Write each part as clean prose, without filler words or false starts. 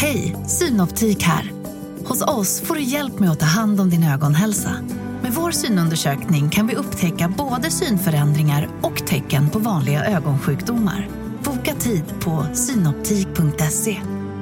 Hej, Synoptik här. Hos oss får du hjälp med att ta hand om din ögonhälsa. Med vår synundersökning kan vi upptäcka både synförändringar och tecken på vanliga ögonsjukdomar. Boka tid på synoptik.se.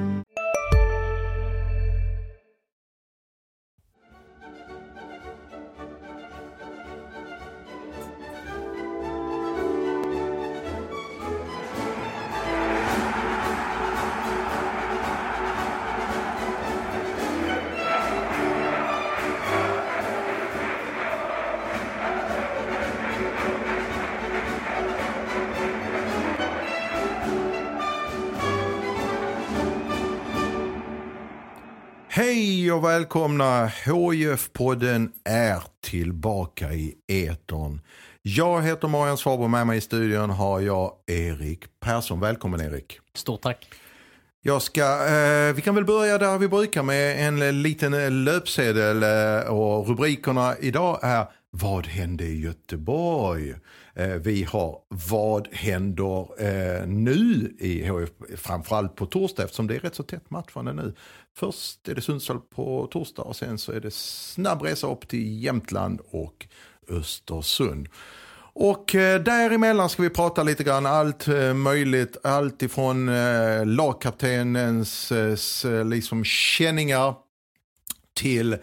Hej och välkomna, HIF-podden är tillbaka i etern. Jag heter Marian Svab och med mig i studion har jag Erik Persson. Välkommen Erik. Stort tack. Vi kan väl börja där vi brukar med en liten löpsedel och rubrikerna idag är: vad hände i Göteborg? Vi har vad händer nu i HIF, framförallt på torsdag eftersom det är rätt så tätt matchande nu. Först är det Sundsvall på torsdag och sen så är det snabb resa upp till Jämtland och Östersund. Och däremellan ska vi prata lite grann allt möjligt, allt ifrån lagkaptenens liksom känningar till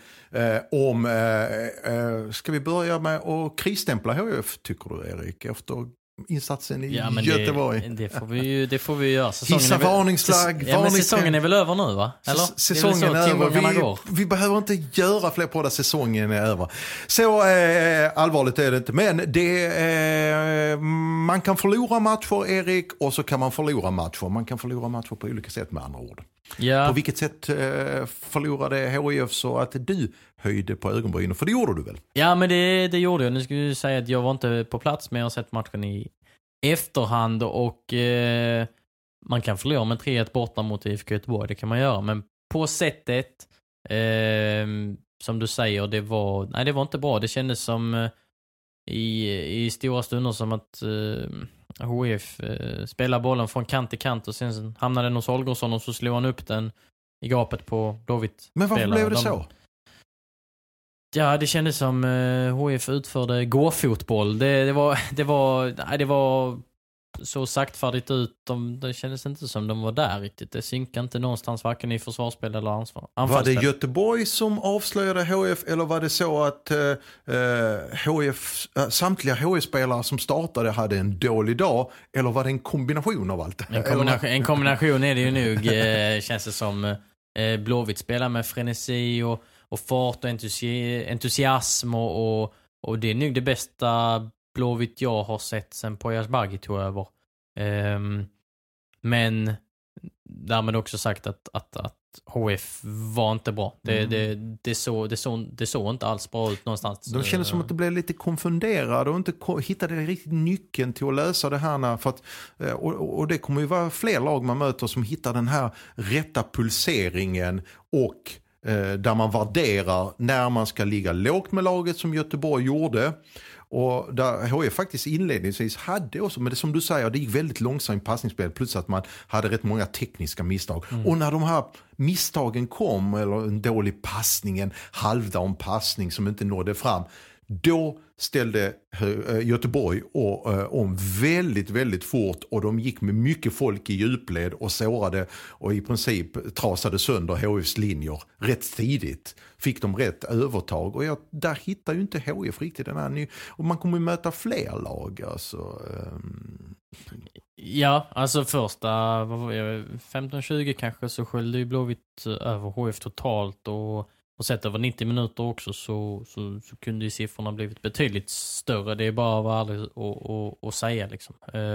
ska vi börja med att krisstämpla HIF tycker du Erik efter insatsen i Göteborg? Det får vi göra. Hissa varningsflagg. Men säsongen är väl över nu va? Eller? Säsongen är över. Vi behöver inte göra fler på det, säsongen är över. Så allvarligt är det inte. Men man kan förlora matcher Erik och så kan man förlora matcher. Man kan förlora matcher på olika sätt med andra ord. Ja. På vilket sätt förlorade HIF så att du höjde på ögonbrynen? För det gjorde du väl? Ja, men det gjorde jag. Nu ska jag säga att jag var inte på plats, men jag har sett matchen i efterhand och man kan förlora med 3-1 borta mot IFK Göteborg. Det kan man göra, men på sättet som du säger, det var inte bra. Det kändes som i stora stunder som att HIF spelar bollen från kant till kant och sen hamnade den hos Holgersson och så slog han upp den i gapet på Dovit. Men varför blev det så? Ja, det kändes som HIF utförde gåfotboll. Det var så saktfärdigt ut. Det kändes inte som de var där riktigt. Det synkade inte någonstans varken i försvarsspel eller anfallsspel. Var det Göteborg som avslöjade HIF eller var det så att samtliga HIF-spelare som startade hade en dålig dag eller var det en kombination av allt? En kombination är det ju nog, känns det som. Blåvitt spelar med frenesi och fart och entusiasm och det är nog det bästa Blåvitt jag har sett sen Poyas Baggi tog över. Men därmed också sagt att HIF var inte bra. Det såg inte alls bra ut någonstans. De kändes som att det blev lite konfunderade och inte hittade riktigt nyckeln till att lösa det här. För att, och det kommer ju vara fler lag man möter som hittar den här rätta pulseringen och där man värderar när man ska ligga lågt med laget som Göteborg gjorde. Och där HIF faktiskt inledningsvis hade också, men det som du säger, det gick väldigt långsamt passningsspel plus att man hade rätt många tekniska misstag. Och när de här misstagen kom, eller en dålig passning, en halvdan passning som inte nådde fram, då ställde Göteborg om väldigt, väldigt fort och de gick med mycket folk i djupled och sårade och i princip trasade sönder HIFs linjer rätt tidigt. Fick de rätt övertag och där hittar ju inte HIF riktigt den här och man kommer möta fler lag alltså. Ja, alltså första 15-20 kanske så sköljde ju Blåvitt över HIF totalt och sett över 90 minuter också så kunde ju siffrorna blivit betydligt större. Det är bara att vara ärlig och säga liksom.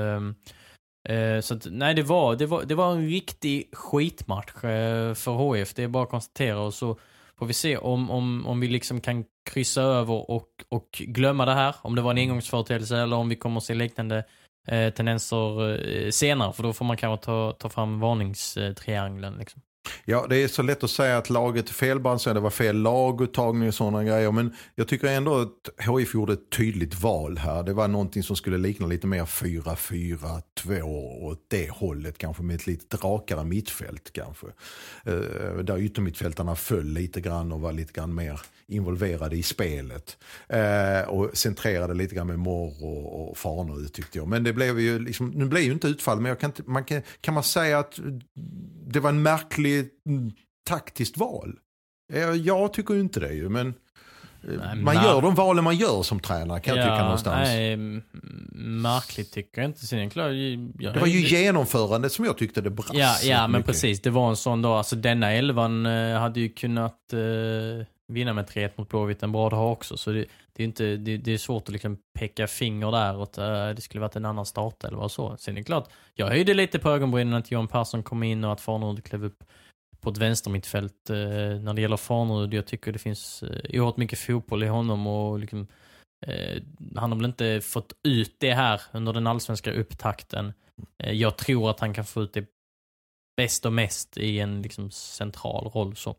Så att, nej, det var en riktig skitmatch för HIF. Det är bara att konstatera och så får vi se om vi liksom kan kryssa över och glömma det här. Om det var en engångsföreteelse eller om vi kommer att se liknande tendenser senare. För då får man kanske ta fram varningstriangeln liksom. Ja, det är så lätt att säga att laget är felbalanserat, det var fel laguttagning och sådana grejer. Men jag tycker ändå att HIF gjorde ett tydligt val här. Det var någonting som skulle likna lite mer 4-4-2 åt det hållet. Kanske med ett lite rakare mittfält kanske. Där yttermittfältarna föll lite grann och var lite grann mer involverade i spelet. Och centrerade lite grann med Morr och Farnerud tyckte jag. Men det blev ju liksom, nu blev ju inte utfall, men kan man säga att det var en märklig taktiskt val? Jag tycker ju inte det ju, men man gör de valen man gör som tränare, kan jag tycka någonstans. Nej, märkligt tycker jag inte. Sen klar, det var ju genomförandet som jag tyckte det brast. Ja, men precis. Det var en sån dag. Alltså denna elvan hade ju kunnat vinna med 3-1 mot Blåvitt en bra dag också. Så det är inte, det är svårt att liksom peka finger där åt det skulle varit en annan start eller vad så. Sen är det klart, jag höjde lite på ögonbrynen att Johan Persson kom in och att Farnerud klev upp på ett vänstermittfält. När det gäller Farnerud, jag tycker det finns oerhört mycket fotboll i honom och liksom, han har väl inte fått ut det här under den allsvenska upptakten. Jag tror att han kan få ut det bäst och mest i en liksom central roll så.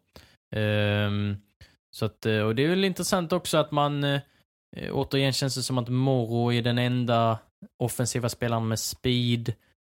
Så att, och det är väl intressant också att man återigen känns det som att Moro är den enda offensiva spelaren med speed.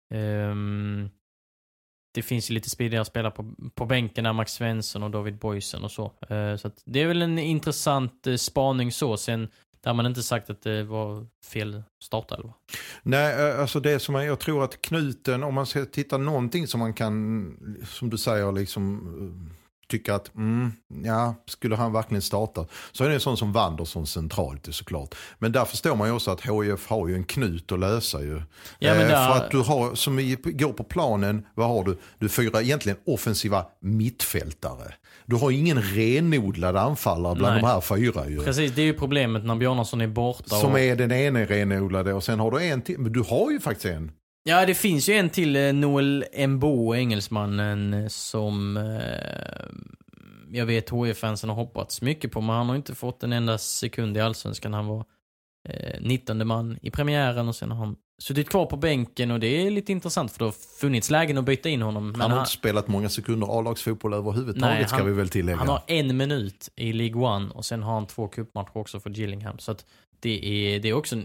Det finns ju lite speedigare spelare på bänken där, Max Svensson och David Boysen och så. Så att det är väl en intressant spaning så. Sen där man inte sagt att det var fel start eller? Nej, alltså det som jag tror att knuten, om man ska titta någonting som man kan, som du säger liksom tycker att skulle han verkligen starta, så är det en sån som Wanderson centralt såklart. Men där förstår man ju också att HIF har ju en knut att lösa ju. Ja, men för att du har, som går på planen, vad har du? Du fyra egentligen offensiva mittfältare. Du har ingen renodlad anfallare bland de här fyra ju. Precis, det är ju problemet när Bjarnason är borta. Som är den ene renodlade och sen har du en till, men du har ju faktiskt en. Ja, det finns ju en till, Noel Mbo, engelsmannen, som jag vet HIF-fansen har hoppats mycket på, men han har inte fått en enda sekund i allsvenskan. Han var 19:e man i premiären och sen har han suttit kvar på bänken och det är lite intressant för det har funnits lägen att byta in honom. Men han har inte spelat många sekunder A-lagsfotboll överhuvudtaget, ska vi väl tillägga. Han har 1 minut i League One och sen har han 2 cupmatcher också för Gillingham, så att det är också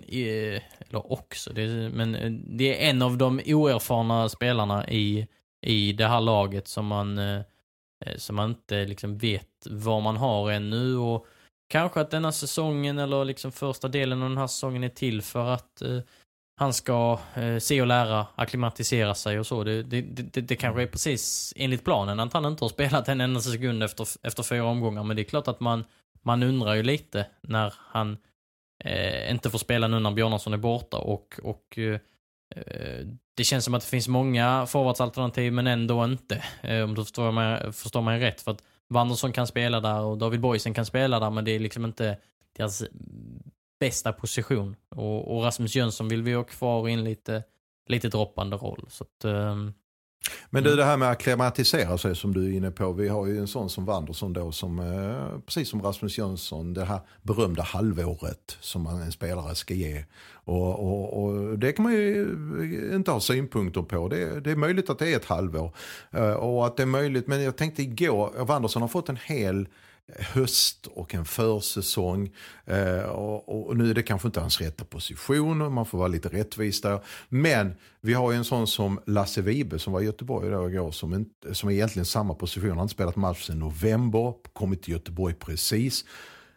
men det är en av de oerfarna spelarna i det här laget som man inte liksom vet vad man har ännu, och kanske att denna säsongen eller liksom första delen av den här säsongen är till för att han ska se och lära, akklimatisera sig och så. Det kanske är precis enligt planen att han inte har spelat en enda sekund efter 4 omgångar, men det är klart att man undrar ju lite när han inte får spela nu när Bjarnason är borta och det känns som att det finns många forwardsalternativ men ändå inte, om du förstår mig rätt, för att Wanderson kan spela där och David Boysen kan spela där, men det är liksom inte deras bästa position, och Rasmus Jönsson vill vi ha kvar i en lite droppande roll, så att men det här med att akklimatisera sig som du är inne på, vi har ju en sån som Wanderson då som precis som Rasmus Jönsson, det här berömda halvåret som en spelare ska ge, och det kan man ju inte ha synpunkter på. Det är möjligt att det är ett halvår och att det är möjligt, men jag tänkte igår, Wanderson har fått en hel höst och en försäsong och nu är det kanske inte hans rätta position och man får vara lite rättvis där, men vi har ju en sån som Lasse Vibe som var i Göteborg då igår, som är egentligen samma position. Han har inte spelat match sedan november, kommit till Göteborg precis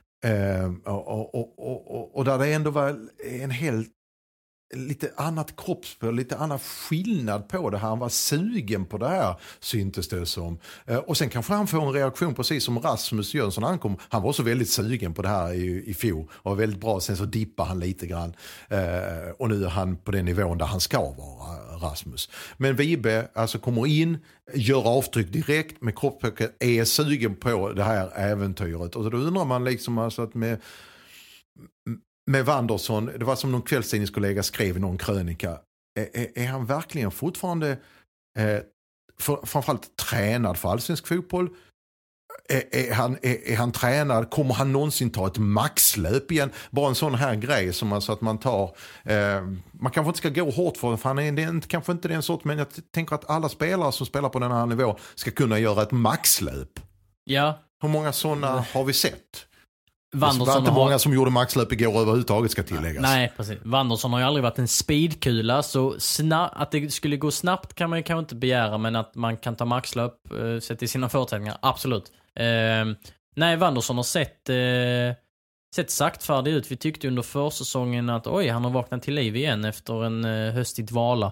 och där det ändå var en helt lite annat kroppsspel, lite annan skillnad på det här. Han var sugen på det här, syntes det som. Och sen kanske han får en reaktion precis som Rasmus Jönsson ankom. Han var så väldigt sugen på det här i fjol och var väldigt bra. Sen så dippar han lite grann. Och nu är han på den nivån där han ska vara, Rasmus. Men Vibe alltså kommer in, gör avtryck direkt med kroppsspel, är sugen på det här äventyret. Och så då undrar man liksom alltså att med Wanderson, det var som någon kvällstidningskollega skrev i någon krönika, är han verkligen fortfarande framförallt tränad för allsvensk fotboll? Är han tränad? Kommer han någonsin ta ett maxlöp igen? Bara en sån här grej som alltså att man tar... man kanske inte ska gå hårt för han är kanske inte den sorts, men jag tänker att alla spelare som spelar på den här nivån ska kunna göra ett maxlöp. Ja. Hur många sådana har vi sett? Wanderson det var inte många som gjorde maxlöp igår överhuvudtaget, ska tilläggas. Nej, precis. Wanderson har ju aldrig varit en speedkula, så att det skulle gå snabbt kan man ju kanske inte begära, men att man kan ta maxlöp sett i sina förutsättningar, absolut. Nej, Wanderson har sett saktfärdig ut. Vi tyckte under försäsongen att han har vaknat till liv igen efter en höst i dvala.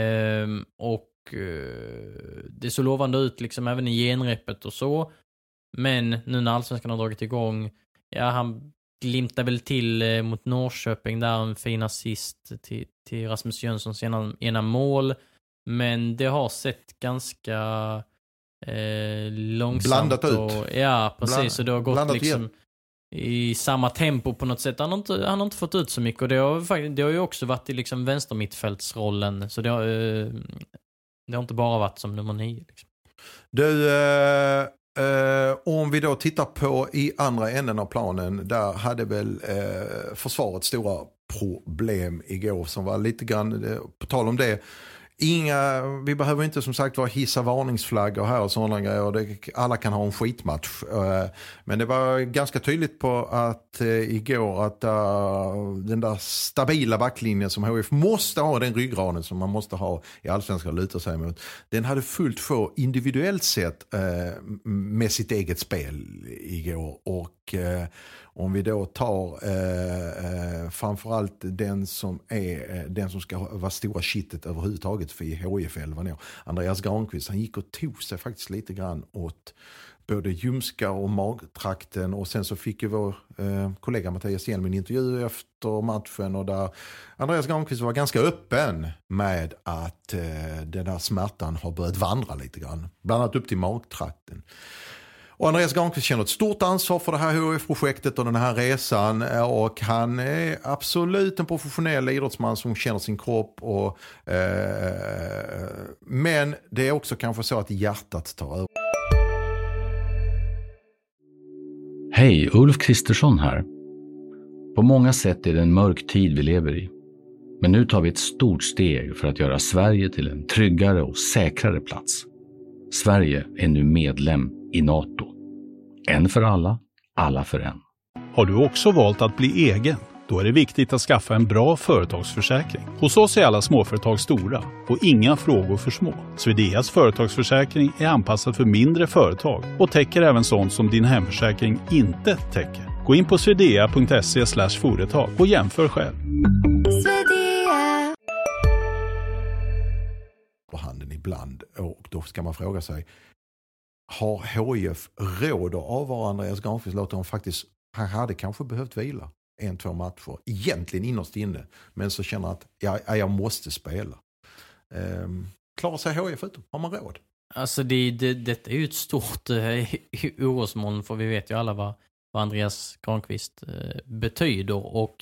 Det så lovande ut liksom även i genrepet och så. Men nu när Allsvenskan har dragit igång, han glimtar väl till mot Norrköping där, en fin assist till Rasmus Jönssons ena mål. Men det har sett ganska långsamt blandat ut. Ja, precis. Så det har gått liksom igen i samma tempo på något sätt. Han har inte fått ut så mycket, och det har ju också varit i liksom vänstermittfältsrollen. Så det har inte bara varit som nummer 9 liksom. Om vi då tittar på i andra änden av planen, där hade väl försvaret stora problem igår som var lite grann, på tal om det, vi behöver inte som sagt hissa varningsflaggor här och sådana grejer. Alla kan ha en skitmatch. Men det var ganska tydligt på att igår att den där stabila backlinjen som HIF måste ha, den ryggraden som man måste ha i Allsvenskan att luta sig mot, den hade fullt få individuellt sett med sitt eget spel igår. Och om vi då tar framförallt den som ska vara stora kittet överhuvudtaget för HIF 11 år. Andreas Granqvist, han gick och tog sig faktiskt lite grann åt både ljumskar och magtrakten, och sen så fick ju vår kollega Mattias Hjelm en intervju efter matchen, och där Andreas Granqvist var ganska öppen med att den där smärtan har börjat vandra lite grann, bland annat upp till magtrakten. Och Andreas Granqvist känner ett stort ansvar för det här HIF-projektet och den här resan, och han är absolut en professionell idrottsman som känner sin kropp, men det är också kanske så att hjärtat tar över. Hej, Ulf Kristersson här. På många sätt är det en mörk tid vi lever i. Men nu tar vi ett stort steg för att göra Sverige till en tryggare och säkrare plats. Sverige är nu medlem i NATO. En för alla, alla för en. Har du också valt att bli egen? Då är det viktigt att skaffa en bra företagsförsäkring. Hos oss är alla småföretag stora och inga frågor för små. Swedeas företagsförsäkring är anpassad för mindre företag och täcker även sånt som din hemförsäkring inte täcker. Gå in på swedea.se/företag och jämför själv. På handen ibland, och då ska man fråga sig, har HIF råd att avvara Andreas Granqvist? Låter han faktiskt, han hade kanske behövt vila 1-2 matcher, egentligen innerst inne, men så känner att jag måste spela. Klarar sig HIF ut? Har man råd? Alltså detta är ju ett stort orosmoln, för vi vet ju alla vad Andreas Granqvist betyder, och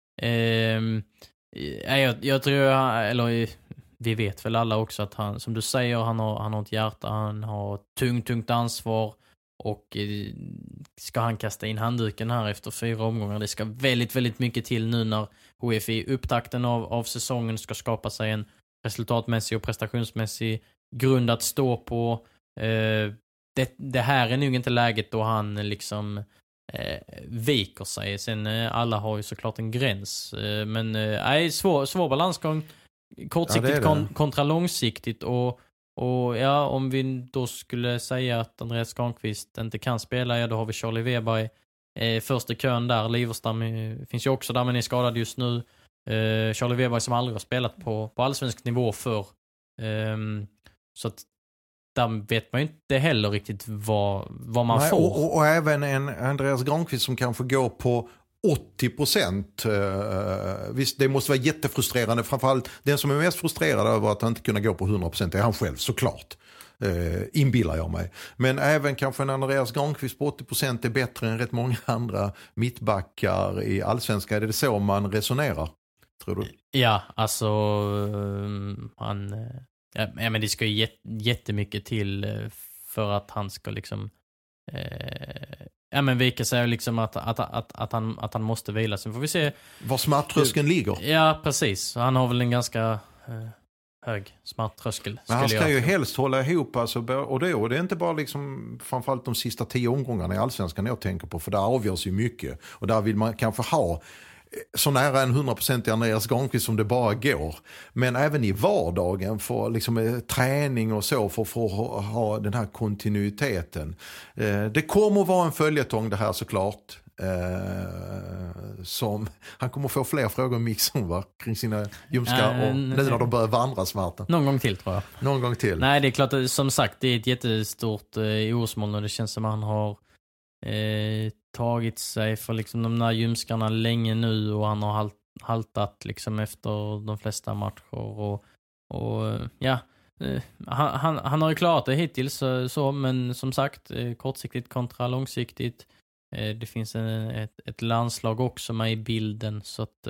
jag tror, eller vi vet väl alla också att han, som du säger, han har ett hjärta, han har tungt ansvar, och ska han kasta in handduken här efter 4 omgångar, det ska väldigt, väldigt mycket till nu när HIF i upptakten av säsongen ska skapa sig en resultatmässig och prestationsmässig grund att stå på. Det här är nog inte läget då han liksom viker sig. Sen alla har ju såklart en gräns, men svår balansgång, kortsiktigt kontra långsiktigt, och ja, om vi då skulle säga att Andreas Granqvist inte kan spela, då har vi Charlie Weberg först i kön där. Liverstam finns ju också där, men är skadad just nu. Charlie Weberg som aldrig har spelat på allsvensk nivå för. Så att där vet man ju inte heller riktigt vad man får. Och även en Andreas Granqvist som kanske går på 80%. Visst, det måste vara jättefrustrerande. Framförallt den som är mest frustrerad över att han inte kunna gå på 100% är han själv, såklart. Inbillar jag mig. Men även kanske en Andreas Granqvist på 80% är bättre än rätt många andra mittbackar i allsvenskan. Är det så man resonerar, tror du? Ja, alltså men det ska ju jättemycket till för att han ska liksom men Vika säger liksom att han måste vila. Sen får vi se var smärttröskeln ligger. Ja, precis. Han har väl en ganska hög smärttröskel. Men han ska ju helst hålla ihop alltså, och det är inte bara liksom framförallt de sista 10 omgångarna i Allsvenskan jag tänker på, för där avgörs ju mycket och där vill man kanske ha så nära en 100% i Andreas Granqvist som det bara går. Men även i vardagen för liksom, träning och så för att ha den här kontinuiteten. Det kommer att vara en följetong det här såklart. Som han kommer att få fler frågor om Mixon kring sina ljumskar och nu när de börjar vandra smärtan. Någon gång till tror jag. Någon gång till. Nej, det är klart att, som sagt, det är ett jättestort orosmoln och det känns som att han har tagit sig för liksom de där ljumskarna länge nu och han har haltat liksom efter de flesta matcher och ja, han har ju klarat det hittills så, men som sagt, kortsiktigt kontra långsiktigt. Det finns ett landslag också med i bilden så att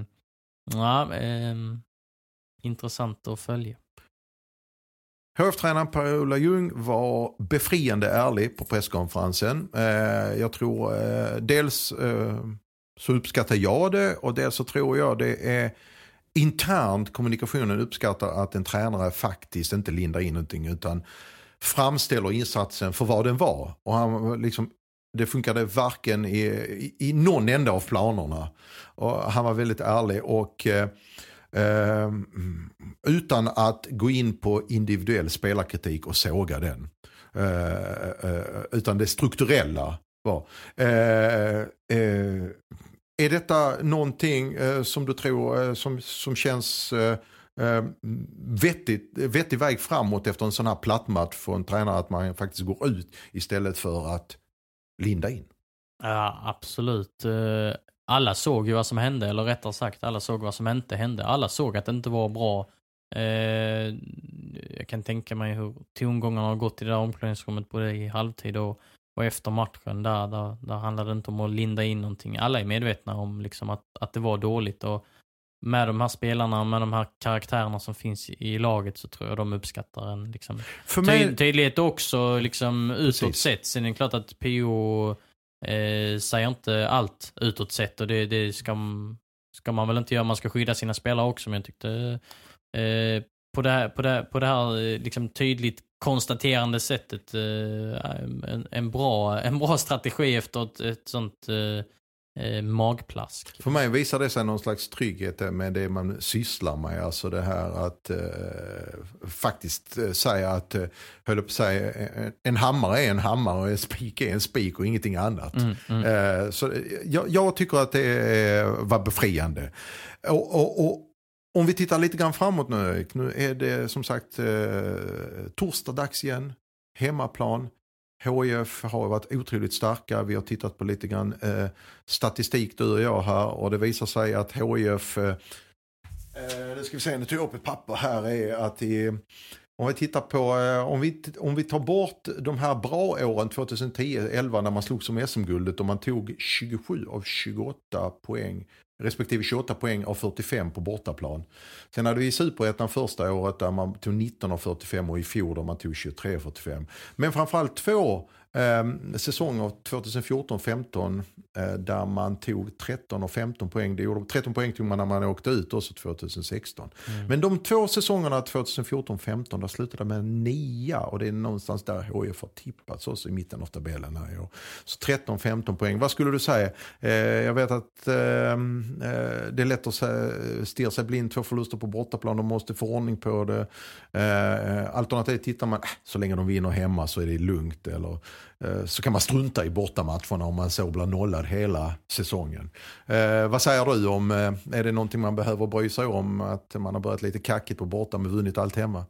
intressant att följa. HF-tränaren Per-Ola Ljung var befriande ärlig på presskonferensen. Jag tror dels så uppskattar jag det och dels så tror jag det är internt kommunikationen uppskattar att en tränare faktiskt inte lindar in någonting utan framställer insatsen för vad den var. Och han liksom, det funkade varken i någon enda av planerna. Och han var väldigt ärlig och utan att gå in på individuell spelarkritik och såga den. Utan det strukturella var. Är detta någonting som du tror som känns vettig väg framåt efter en sån här plattmatch för en tränare att man faktiskt går ut istället för att linda in? Ja, absolut. Alla såg ju vad som hände, eller rättare sagt, alla såg vad som inte hände. Alla såg att det inte var bra. Jag kan tänka mig hur tongångarna har gått i det där omklädningsrummet både i halvtid och efter matchen. Där handlade det inte om att linda in någonting. Alla är medvetna om liksom att det var dåligt och med de här spelarna, med de här karaktärerna som finns i laget så tror jag de uppskattar en liksom, tydlighet också liksom, utåt sett. Sen är det klart att PO säger inte allt utåt sett och det ska man väl inte göra. Man ska skydda sina spelare också, men jag tyckte på det här liksom tydligt konstaterande sättet en bra strategi efter ett sånt magplask. För mig visar det sig någon slags trygghet med det man sysslar med. Alltså det här att faktiskt säga att höll upp säga, en hammare är en hammare och en spik är en spik och ingenting annat. Så jag tycker att det var befriande. Och om vi tittar lite grann framåt nu är det som sagt torsdag dags igen, hemmaplan. HIF har varit otroligt starka. Vi har tittat på lite grann statistik du och jag här och det visar sig att HIF nu ska vi se, nu tog jag upp ett papper här är att om vi tittar på om vi tar bort de här bra åren 2010-11 när man slog som SM-guldet och man tog 27 av 28 poäng respektive 28 poäng av 45 på bortaplan. Sen hade vi i Superettan första året där man tog 19 av 45 och i fjol där man tog 23 av 45. Men framförallt 2 säsonger av 2014-15 där man tog 13 och 15 poäng. Det gjorde 13 poäng tog man när man åkte ut också 2016. Men de 2 säsongerna 2014-15 där slutade med 9 och det är någonstans där HIF har tippats också i mitten av tabellen här i år. Så 13-15 poäng. Vad skulle du säga? Jag vet att det är lätt att stirra sig blind 2 förluster på bortaplan. De måste få ordning på det. Alternativt tittar man så länge de vinner hemma så är det lugnt eller så kan man strunta i bortamatcherna om man så blir nollad hela säsongen. Vad säger du om, är det någonting man behöver bry sig om att man har börjat lite kackigt på borta men vunnit allt hemma?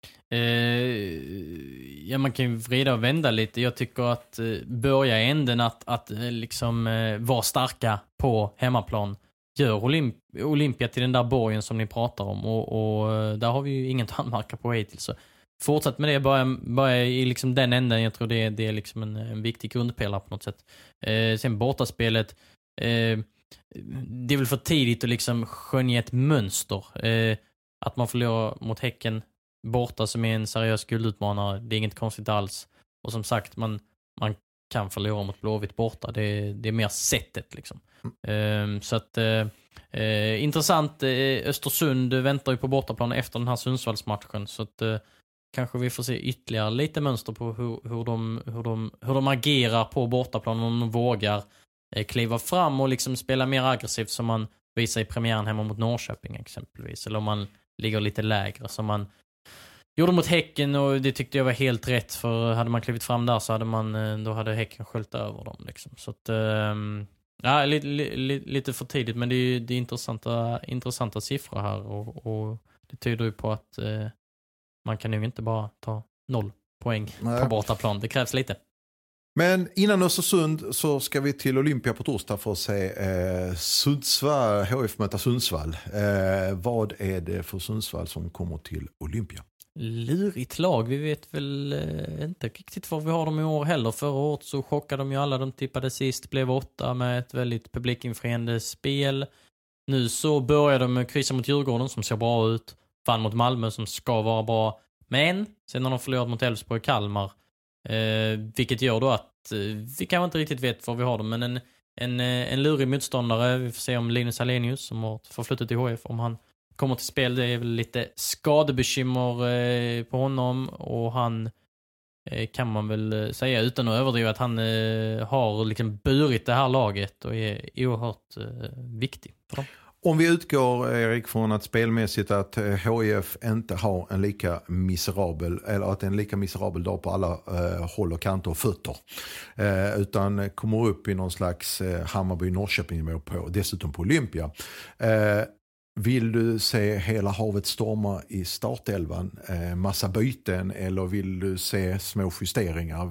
Ja, man kan ju vrida och vända lite. Jag tycker att börja i änden att liksom vara starka på hemmaplan. Gör Olympia till den där borgen som ni pratar om och där har vi ju inget att anmärka på hittills. Så fortsätt med det, börja i liksom den änden. Jag tror det är liksom en viktig grundpelare på något sätt. Sen bortaspelet, det är väl för tidigt att liksom skönja ett mönster. Att man förlorar mot Häcken borta som är en seriös guldutmanare, det är inget konstigt alls. Och som sagt, man kan förlora mot Blåvitt borta. Det är mer sättet liksom. Så att intressant. Östersund väntar ju på bortaplan efter den här Sundsvallsmatchen, så att kanske vi får se ytterligare lite mönster på hur de agerar på bortaplan, om de vågar kliva fram och liksom spela mer aggressivt som man visar i premiären hemma mot Norrköping exempelvis, eller om man ligger lite lägre som man gjorde mot Häcken, och det tyckte jag var helt rätt, för hade man klivit fram där så hade Häcken sköljt över dem liksom. Så att ja, lite för tidigt, men det är intressanta siffror här, och det tyder ju på att man kan ju inte bara ta 0 poäng på bortaplan. Det krävs lite. Men innan Östersund så ska vi till Olympia på torsdag för att se Sundsvall, HF möta Sundsvall. Vad är det för Sundsvall som kommer till Olympia? Lurigt lag. Vi vet väl inte riktigt vad vi har dem i år heller. Förra året så chockade de ju alla. De tippade sist, blev 8 med ett väldigt publikinfriande spel. Nu så börjar de med kryssa mot Djurgården som ser bra ut. Vann mot Malmö som ska vara bra. Men sen har de förlorat mot Elfsborg och Kalmar. Vilket gör då att vi kanske inte riktigt vet vad vi har dem. Men en lurig motståndare. Vi får se om Linus Hallenius, som har förflyttat till HF, om han kommer till spel. Det är väl lite skadebekymmer på honom, och han kan man väl säga utan att överdriva att han har liksom burit det här laget och är oerhört viktig för dem. Om vi utgår, Erik, från att spelmässigt att HIF inte har en lika miserabel, eller att det är en lika miserabel dag på alla håll och kanter och fötter, utan kommer upp i någon slags Hammarby-Norrköping-nivå på, dessutom på Olympia. Vill du se hela havet storma i startelvan, massa byten, eller vill du se små justeringar?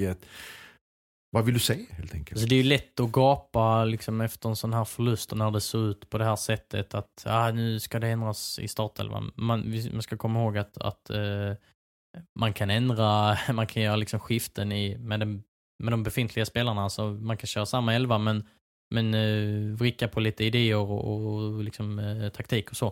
Vad vill du se helt enkelt? Alltså det är ju lätt att gapa liksom efter en sån här förlust, när det ser ut på det här sättet att nu ska det ändras i startelvan. Man ska komma ihåg att man kan göra liksom skiften med de befintliga spelarna. Alltså man kan köra samma 11 men vricka på lite idéer och liksom taktik och så.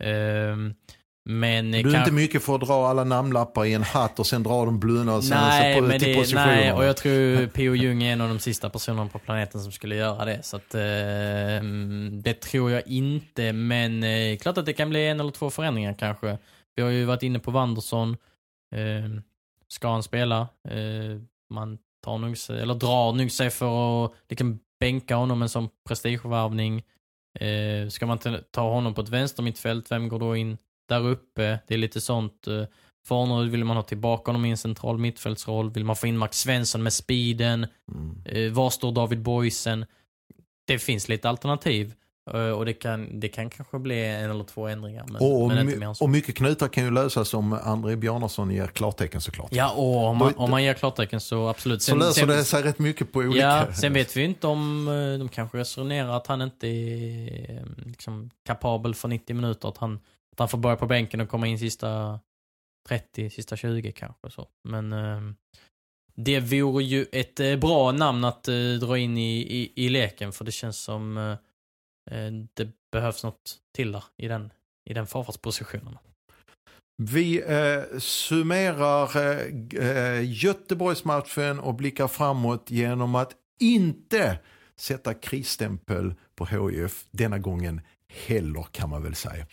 Men du är inte mycket för att dra alla namnlappar i en hatt och sen dra de blöna och sen till positionerna. Nej, och jag tror P.O. Jung är en av de sista personerna på planeten som skulle göra det. Så att, det tror jag inte. Men klart att det kan bli 1 eller 2 förändringar kanske. Vi har ju varit inne på Wanderson. Ska han spela? Man drar nog sig för att liksom bänka honom en sån prestigevarvning. Ska man ta honom på ett vänstermittfält, vem går då in där uppe? Det är lite sånt. Farnerud vill man ha tillbaka honom i en central mittfältsroll. Vill man få in Max Svensson med speeden? Var står David Boysen? Det finns lite alternativ. Och det kan kanske bli 1 eller 2 ändringar. Men inte mer än så. Och mycket knutar kan ju lösas om André Bjarnason ger klartecken såklart. Ja, och om man ger klartecken så absolut. Så löser det sig rätt mycket på olika... Ja, sen vet vi inte om de kanske resonerar att han inte är liksom kapabel för 90 minuter. Att han får börja på bänken och komma in sista 30, sista 20 kanske så. Men det vore ju ett bra namn att dra in i leken, för det känns som det behövs något till där i den forwardspositionen. Vi summerar Göteborgsmatchen och blickar framåt genom att inte sätta krisstämpel på HIF denna gången heller, kan man väl säga.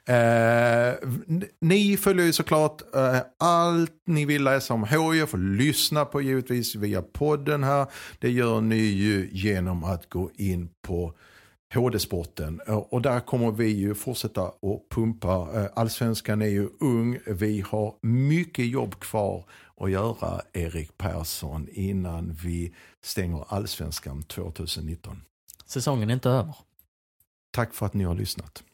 Ni följer ju såklart allt ni vill läsa om HIF och lyssna på givetvis via podden här. Det gör ni ju genom att gå in på HD-sporten, och där kommer vi ju fortsätta att pumpa. Allsvenskan är ju ung, vi har mycket jobb kvar att göra, Erik Persson, innan vi stänger Allsvenskan 2019. Säsongen är inte över. Tack för att ni har lyssnat.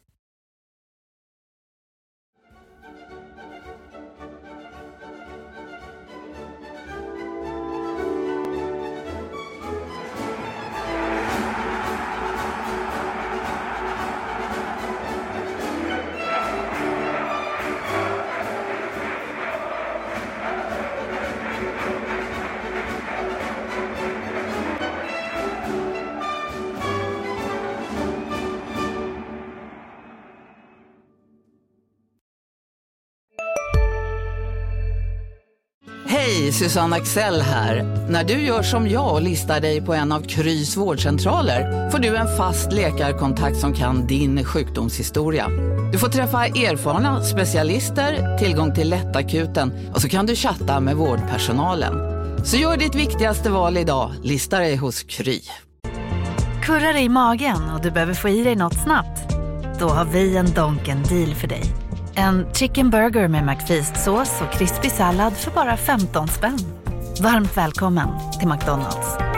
Hej, Susanne Axel här. När du gör som jag och listar dig på en av Krys vårdcentraler får du en fast läkarkontakt som kan din sjukdomshistoria. Du får träffa erfarna specialister, tillgång till lättakuten och så kan du chatta med vårdpersonalen. Så gör ditt viktigaste val idag, lista dig hos Kry. Kurrar dig i magen och du behöver få i dig något snabbt? Då har vi en Donken deal för dig. En chicken burger med McFeast-sås och krispig sallad för bara 15 spänn. Varmt välkommen till McDonald's.